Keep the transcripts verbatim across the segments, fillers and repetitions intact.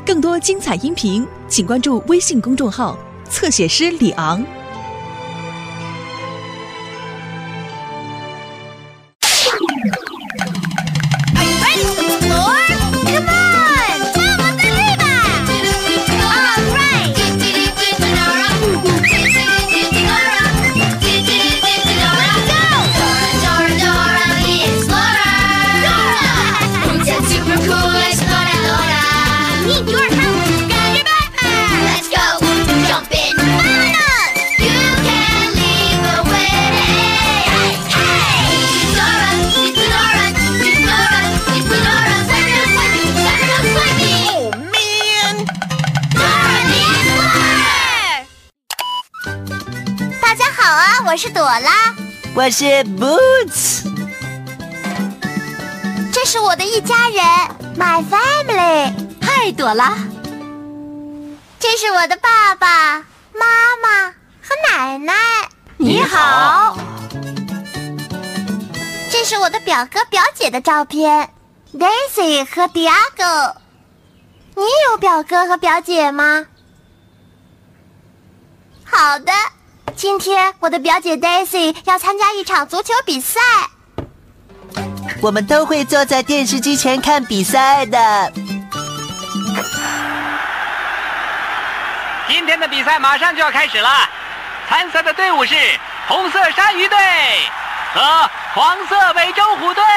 更多精彩音频，请关注微信公众号“侧写师李昂”。 我是朵拉， 我是 Boots， 这是我的一家人 ，My family。 嗨，朵拉， 这是我的爸爸妈妈和奶奶。 你好。 这是我的表哥表姐的照片 ，Daisy 和 Diego。你有表哥和表姐吗？好的。今天我的表姐 Daisy 要参加一场足球比赛， 我们都会坐在电视机前看比赛的。 今天的比赛马上就要开始了，参赛的队伍是红色鲨鱼队和黄色美洲虎队。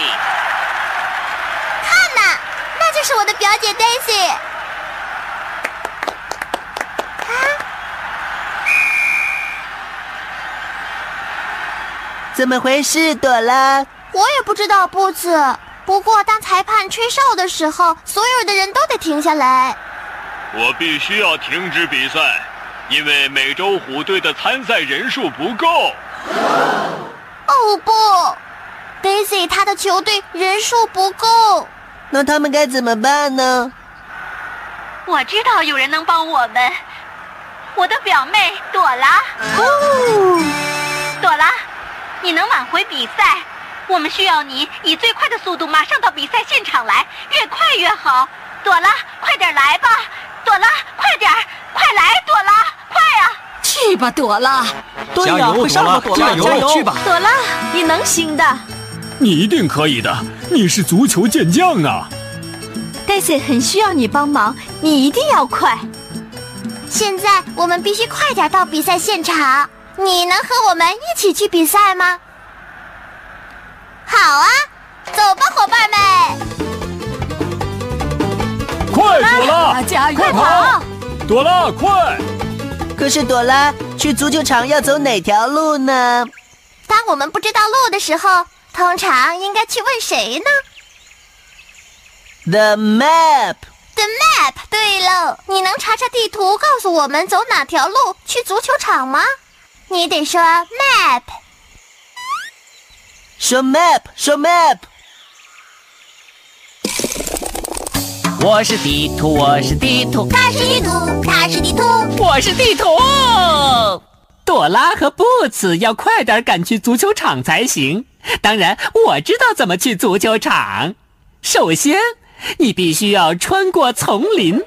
看呐，那就是我的表姐 Daisy。 怎么回事，朵拉？ 我也不知道，布子。不过当裁判吹哨的时候，所有的人都得停下来。 我必须要停止比赛，因为美洲虎队的参赛人数不够。 哦不 ，Daisy 她的球队人数不够。 那他们该怎么办呢？ 我知道有人能帮我们，我的表妹朵拉。 哦， 朵拉。你能挽回比赛，我们需要你以最快的速度马上到比赛现场来，越快越好。朵拉，快点来吧！朵拉，快点，快来，朵拉，快啊！ 去吧，朵拉！ 对呀，快上吧，朵拉， 加油，加油，去吧！ 朵拉，你能行的。 你一定可以的，你是足球健将啊 ！Daisy 很需要你帮忙，你一定要快。 现在我们必须快点到比赛现场。你能和我们一起去比赛吗？好啊，走吧，伙伴们！ 快，朵拉， 加油， 快跑！朵拉，快！ 可是朵拉，去足球场要走哪条路呢？ 当我们不知道路的时候，通常应该去问谁呢 ？The map。The map。对了，你能查查地图，告诉我们走哪条路去足球场吗？你得说 map， 说 map， 说 map。 我是地图，我是地图， 他是地图，他是地图， 我是地图。朵拉和布茨要快点赶去足球场才行。当然，我知道怎么去足球场。首先，你必须要穿过丛林。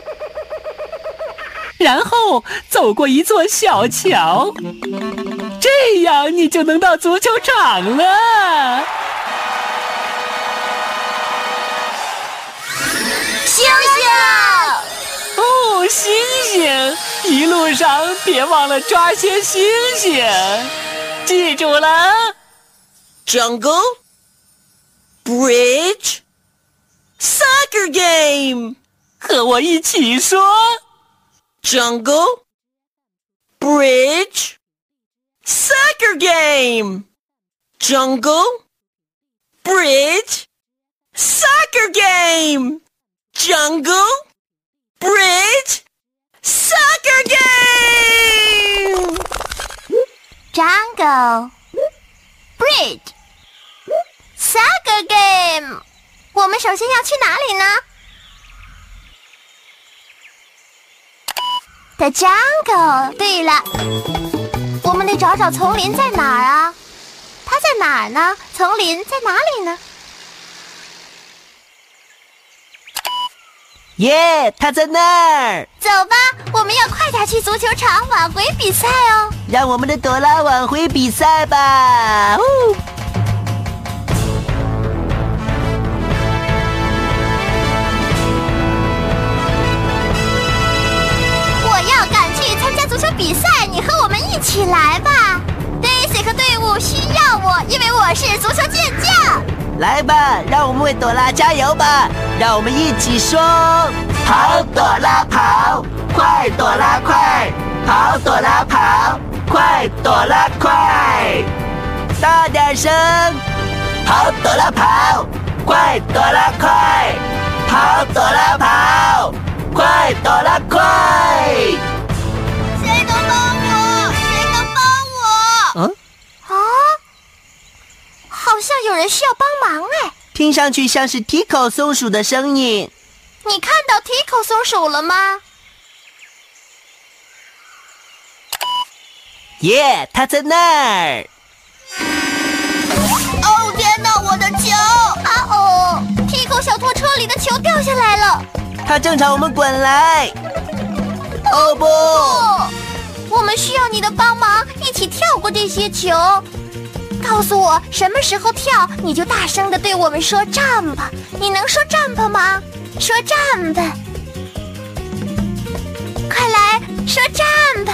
然后走过一座小桥，这样你就能到足球场了。 星星！ 哦，星星！一路上别忘了抓些星星，记住了 ：Jungle, Bridge, Soccer Game。 和我一起说。 Jungle, Bridge, Soccer Game. Jungle, Bridge, Soccer Game. Jungle, Bridge, Soccer Game. Jungle, Bridge, Soccer Game. 我们首先要去哪里呢？The jungle。对了，我们得找找丛林在哪儿啊？它在哪儿呢？丛林在哪里呢？ 耶，他在那儿！ 走吧，我们要快点去足球场挽回比赛哦。 让我们的朵拉挽回比赛吧！呼我要赶去参加足球比赛，你和我们一起来吧。Daisy 和队伍需要我，因为我是足球健将。 来吧，让我们为朵拉加油吧！让我们一起说：跑，朵拉跑，快，朵拉快，跑，朵拉跑，快，朵拉快！大点声！跑，朵拉跑，快，朵拉快，跑，朵拉跑，快，朵拉快！ 谁能帮我？谁能帮我？ 嗯？ 啊？好像有人需要帮忙哎！ 听上去像是 Tico 松鼠的声音。 你看到 Tico 松鼠了吗？ 耶，他在那儿！ 哦天哪，我的球！啊哦 ，Tico 小拖车里的球掉下来了。 他正朝我们滚来。哦不！ 我们需要你的帮忙，一起跳过这些球。告诉我什么时候跳，你就大声地对我们说 jump。你能说 jump 吗？说 jump。快来说 jump。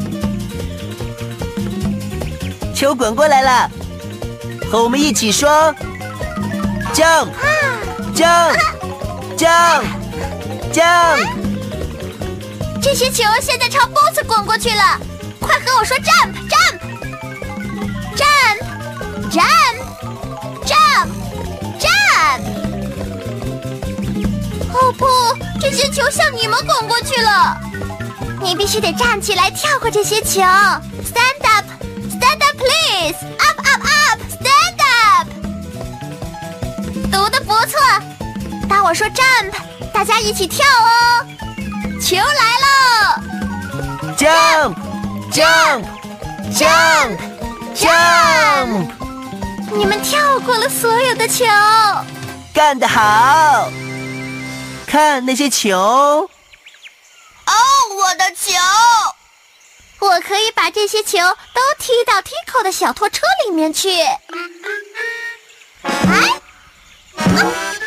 球滚过来了，和我们一起说 jump jump jump jump。 这些球现在朝 boss 滚过去了，快和我说 jump jump jump jump jump jump。哦不，这些球向你们滚过去了，你必须得站起来跳过这些球。Stand up stand up please up up up stand up。读得不错，当我说 jump， 大家一起跳哦。球来了 ！Jump, jump, jump, jump！ 你们跳过了所有的球， 干得好！看那些球！哦， 我的球！我可以把这些球都踢到 Tico 的小拖车里面去。哎！啊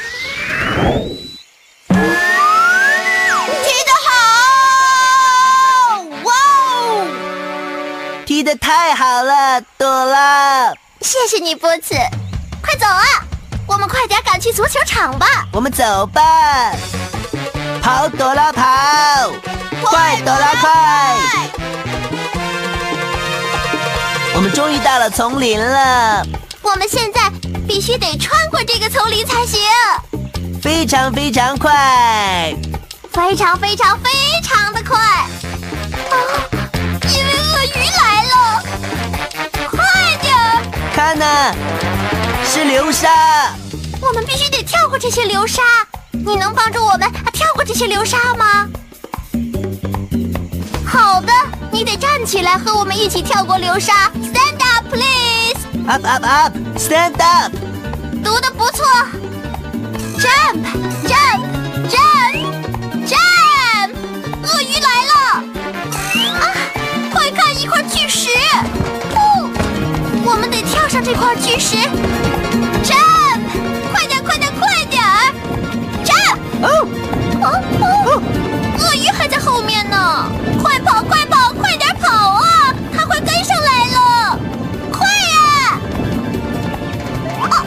踢得太好了，朵拉！ 谢谢你，波茨。快走啊！我们快点赶去足球场吧。 我们走吧！跑，朵拉跑！快，朵拉快！我们终于到了丛林了。 我们现在必须得穿过这个丛林才行。 非常非常快！ 非常非常非常的快！啊！因为鳄鱼来了，快点儿！ 看呐，是流沙。 我们必须得跳过这些流沙。你能帮助我们跳过这些流沙吗？好的，你得站起来和我们一起跳过流沙。Stand up, please. Up, up, up. Stand up. 读得不错。Jump, jump, jump, jump. 鳄鱼来了。啊！快看，一块巨石！哦，我们得跳上这块巨石。Jump！ 快点，快点，快点儿 ！Jump！ 哦哦哦！鳄鱼还在后面呢！快跑，快跑，快点跑啊！它快跟上来了！快呀！啊！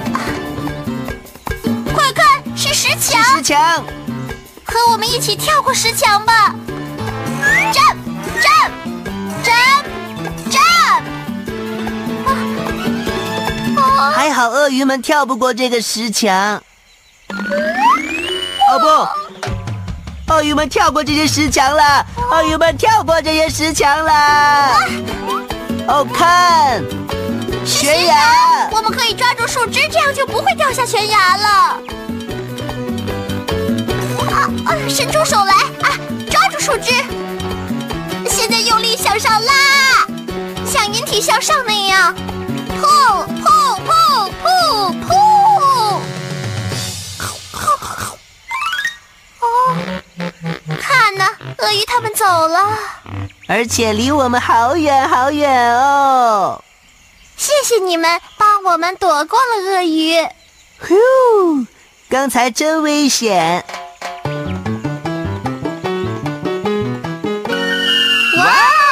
快看，是石墙！ 石墙！ 和我们一起跳过石墙吧 ！Jump！ Jump! Jump! Jump! 啊！ 还好鳄鱼们跳不过这个石墙。哦不，鳄鱼们跳过这些石墙了！鳄鱼们跳过这些石墙了！哦，看，悬崖！ 我们可以抓住树枝，这样就不会掉下悬崖了。啊啊！伸出手来啊，抓住树枝！现在用力向上拉，像引体向上那样，噗噗噗噗噗！哦。 鳄鱼他们走了， 而且离我们好远好远哦。 谢谢你们帮我们躲过了鳄鱼。 呼，刚才真危险。 哇！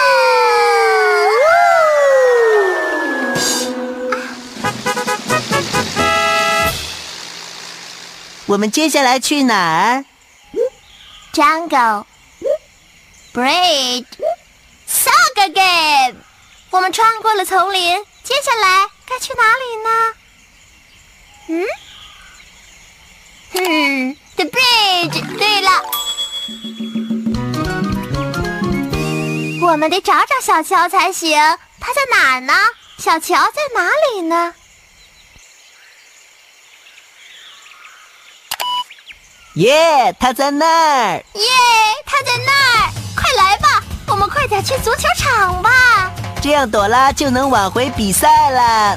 我们接下来去哪儿 Jungle Bridge Saga Game， 我们穿过了丛林，接下来该去哪里呢？嗯，嗯 ，The Bridge。对了，我们得找找小乔才行。他在哪儿呢？小乔在哪里呢？ 耶， yeah, 他在那儿！ 耶， yeah, 他在那儿！快来吧，我们快点去足球场吧， 这样朵拉就能挽回比赛了。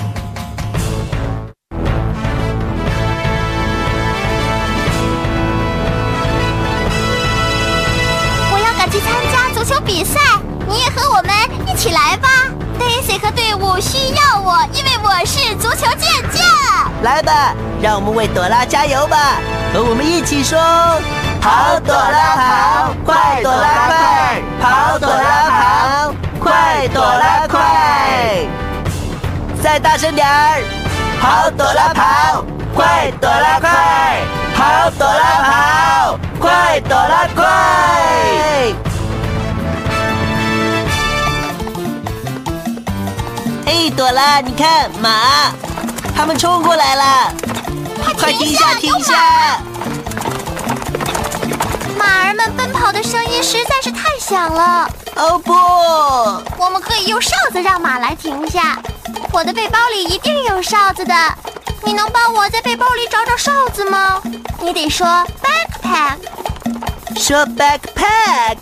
我要赶去参加足球比赛，你也和我们一起来吧。Daisy 和队伍需要我，因为我是足球健将。 来吧，让我们为朵拉加油吧！和我们一起说：跑朵拉跑，快朵拉快，跑朵拉跑，快朵拉快！再大声点儿！跑朵拉跑，快朵拉快，跑朵拉跑，快朵拉快！嘿，朵拉，你看马，他们冲过来了！快停下，停下！ 马儿们奔跑的声音实在是太响了。 哦不！ 我们可以用哨子让马来停下。我的背包里一定有哨子的。你能帮我在背包里找找哨子吗？你得说 backpack。 说 backpack。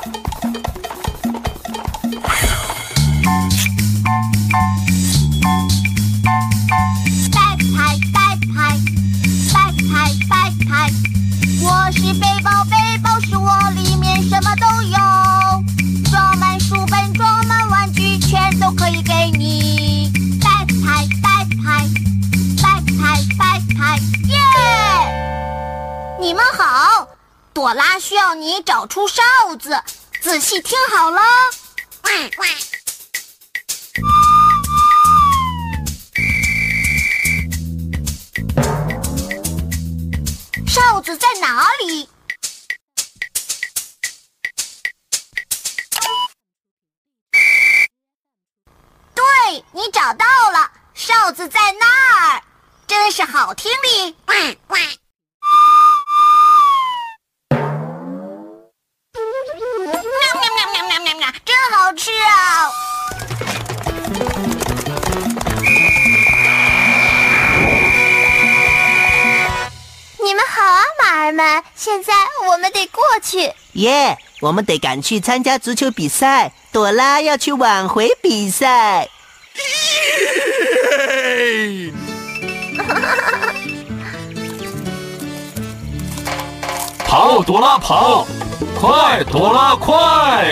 我是背包，背包是我，里面什么都有，装满书本，装满玩具，全都可以给你。Backpack Backpack Backpack Backpack， 耶！你们好，朵拉需要你找出哨子，仔细听好了。哨子在哪里？对，你找到了，哨子在那儿，真是好听力。喵喵喵喵喵喵喵，真好吃啊！你们好啊，马儿们！现在我们得过去。 耶， yeah, 我们得赶去参加足球比赛。朵拉要去挽回比赛。 跑，朵拉跑！快，朵拉快！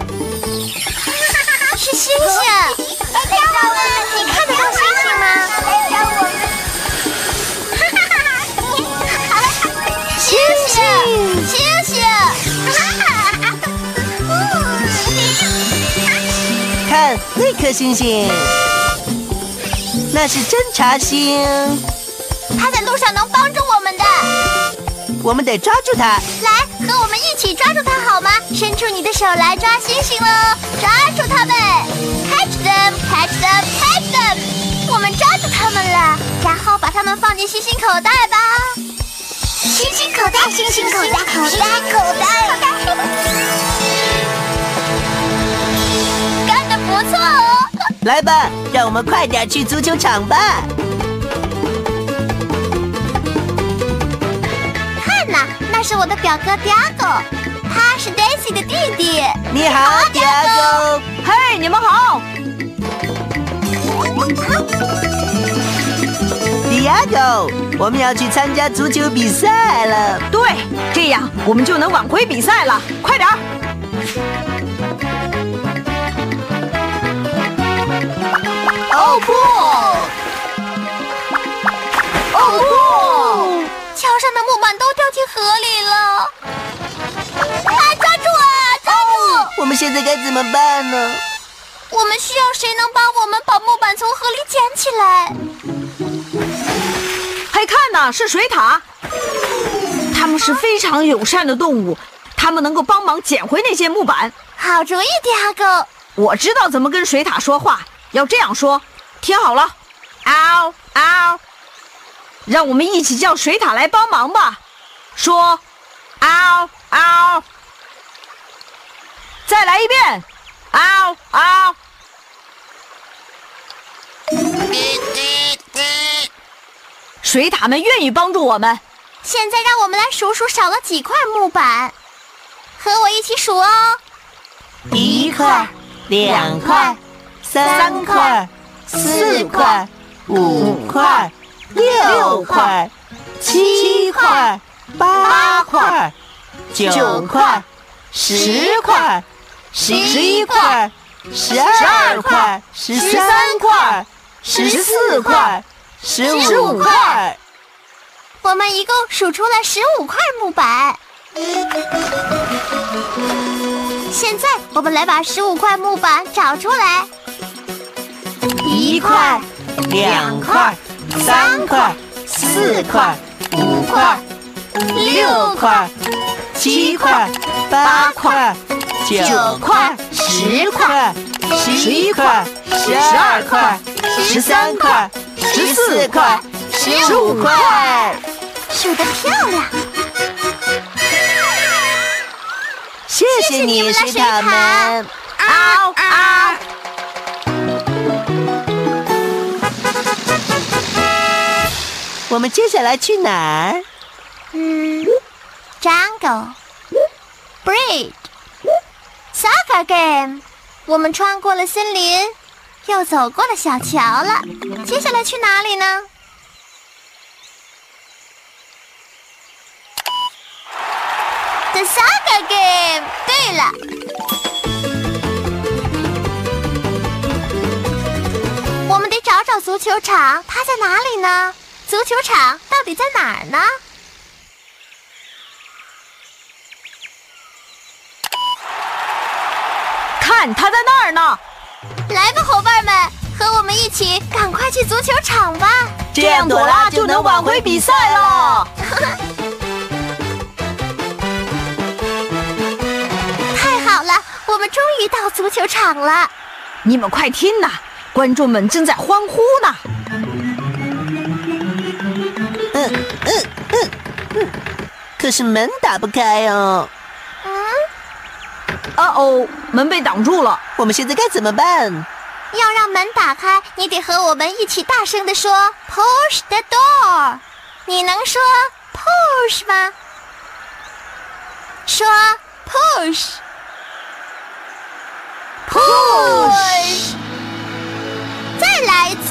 是星星！来找我们！你看得到星星吗？来找我们！星星，星星！ 看那颗星星，那是侦察星， 它在路上能帮助我们的。 我们得抓住它。 来，和我们一起抓住它好吗？伸出你的手来抓星星喽！抓住它们 ，catch them, catch them, catch them！ 我们抓住它们了，然后把它们放进星星口袋吧。星星口袋，星星口袋，口袋，口袋，干得不错哦！ 来吧，让我们快点去足球场吧。 看呐，那是我的表哥 Diego， 他是 Daisy 的弟弟。 你好 ，Diego。 嘿，你们好。 Diego， 我们要去参加足球比赛了。 对，这样我们就能挽回比赛了。快点儿！ 哦不！哦不！桥上的木板都掉进河里了！啊，抓住啊，抓住！ 我们现在该怎么办呢？ 我们需要谁能帮我们把木板从河里捡起来？ 快看呐，是水獭，它们是非常友善的动物，它们能够帮忙捡回那些木板。 好主意，迪亚狗。 我知道怎么跟水獭说话，要这样说，听好了，嗷嗷，让我们一起叫水獭来帮忙吧，说嗷嗷，再来一遍，嗷嗷。水獭们愿意帮助我们。 现在让我们来数数少了几块木板，和我一起数哦。 一块，两块，三块，四块，五块，六块，七块，八块，九块，十块，十一块，十二块，十三块，十四块，十五块。 我们一共数出了十五块木板。现在我们来把十五块木板找出来。 一块，两块，三块，四块，五块，六块，七块，八块，九块，十块，十一块，十二块，十三块，十四块，十五块。 数得漂亮！ 谢谢你，水獭们！ 嗷嗷！ 我们接下来去哪儿？ 嗯 ，Jungle, Bridge, Soccer Game。我们穿过了森林，又走过了小桥了。接下来去哪里呢？The Soccer Game。对了，我们得找找足球场，它在哪里呢？足球场到底在哪儿呢？ 看，它在那儿呢！ 来吧，伙伴们，和我们一起赶快去足球场吧！ 这样朵拉就能挽回比赛了。 太好了，我们终于到足球场了！ 你们快听呐，观众们正在欢呼呢！ 嗯嗯嗯嗯，可是门打不开哦。 嗯， 啊哦，门被挡住了， 我们现在该怎么办？ 要让门打开，你得和我们一起大声地说 "Push the door"。你能说 "Push" 吗？说 "Push"。Push。再来一次，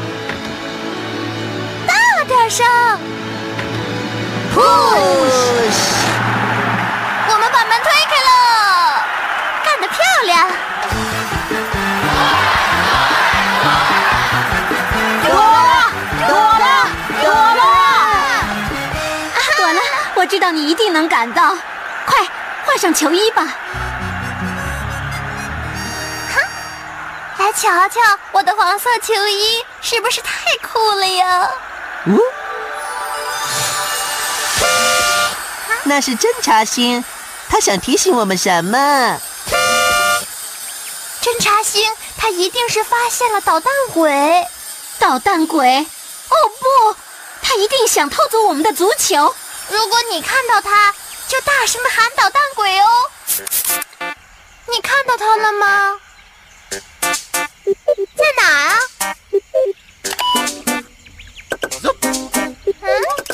大点声。Push。我们把门推开了，干得漂亮！ 朵拉，朵拉，朵拉！ 朵拉，我知道你一定能赶到，快换上球衣吧。 来瞧瞧我的黄色球衣，是不是太酷了呀？ 嗯，那是侦察星，他想提醒我们什么？ 侦察星，他一定是发现了捣蛋鬼。 捣蛋鬼？哦不，他一定想偷走我们的足球。 如果你看到他，就大声的喊捣蛋鬼哦。你看到他了吗？在哪儿啊？嗯？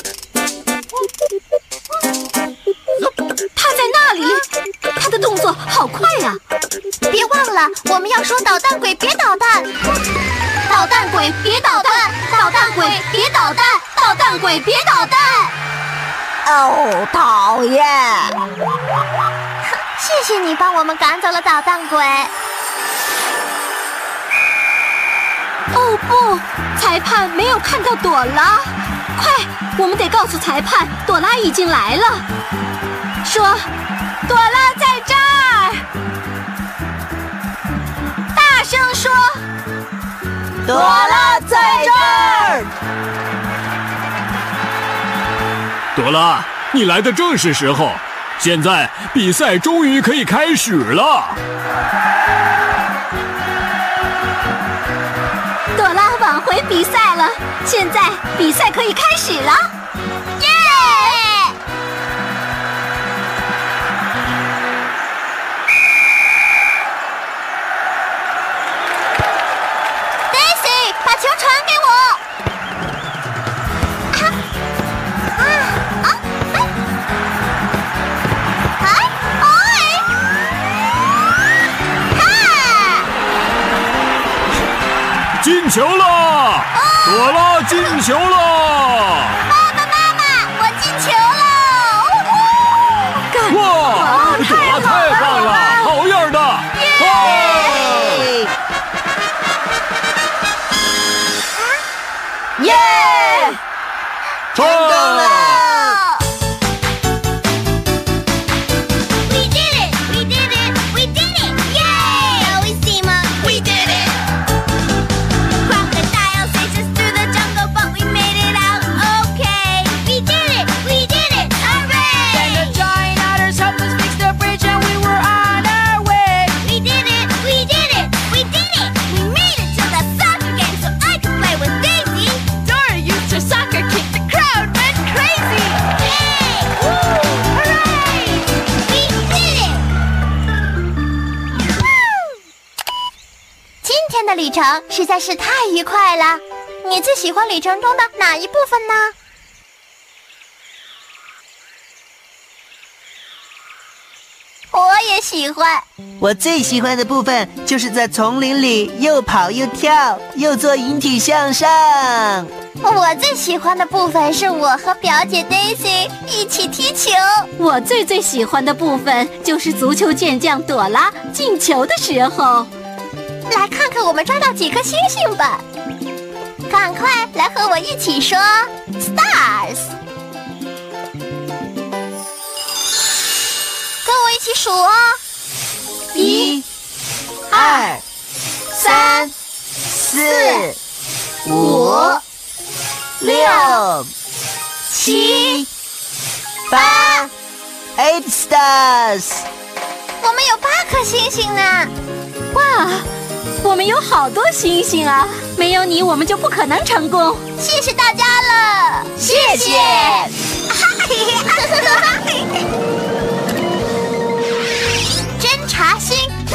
他在那里，他的动作好快呀！ 别忘了，我们要说捣蛋鬼别捣蛋，捣蛋鬼别捣蛋，捣蛋鬼别捣蛋，捣蛋鬼别捣蛋。 哦，讨厌！ 谢谢你帮我们赶走了捣蛋鬼。 哦不，裁判没有看到朵拉！快，我们得告诉裁判，朵拉已经来了。说，朵拉在这儿！大声说， 朵拉在这儿！ 朵拉，你来的正是时候，现在比赛终于可以开始了。 朵拉挽回比赛了，现在比赛可以开始了。 耶！ Daisy， 把球传给我。啊啊啊！哎哎！哈！ 进球了！朵拉进球了！ 爸爸妈妈，我进球了！ 哇，朵拉太棒了，好样的！ 耶！耶！成功了！ We did it! We did it! We did it! Yay! Always team up! We did it! Crocodile chases through the jungle, but we made it out okay. We did it! We did it! Hooray! Then the giant otters helped us fix the bridge and we were on our way. We did it! We did it! We did it! We made it to the soccer game so I could play with Daisy. Dora used her soccer kick, the crowd went crazy. Yay! Woo! Hooray! We did it! 今天的旅程实在是太愉快了。你最喜欢旅程中的哪一部分呢？我也喜欢。 我最喜欢的部分就是在丛林里又跑又跳，又做引体向上。 我最喜欢的部分是我和表姐 Daisy 一起踢球。 我最最喜欢的部分就是足球健将朵拉进球的时候。 来看看我们抓到几颗星星吧！赶快来和我一起说 stars， 跟我一起数哦， 一、二、三、四、五、六、七、八 ，eight stars。 我们有八颗星星呢！ 哇，我们有好多星星啊！没有你，我们就不可能成功。 谢谢大家了， 谢谢。 侦察星，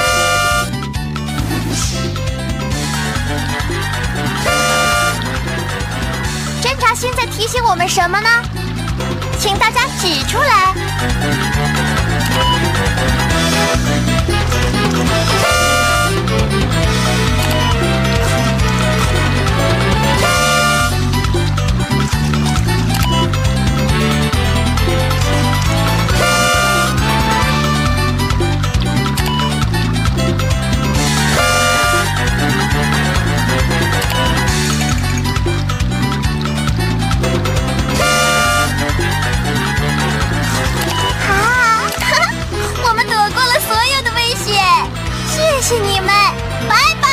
侦察星在提醒我们什么呢？请大家指出来。谢谢你们，拜拜！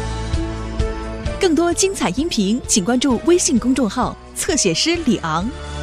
更多精彩音频，请关注微信公众号“侧写师李昂”。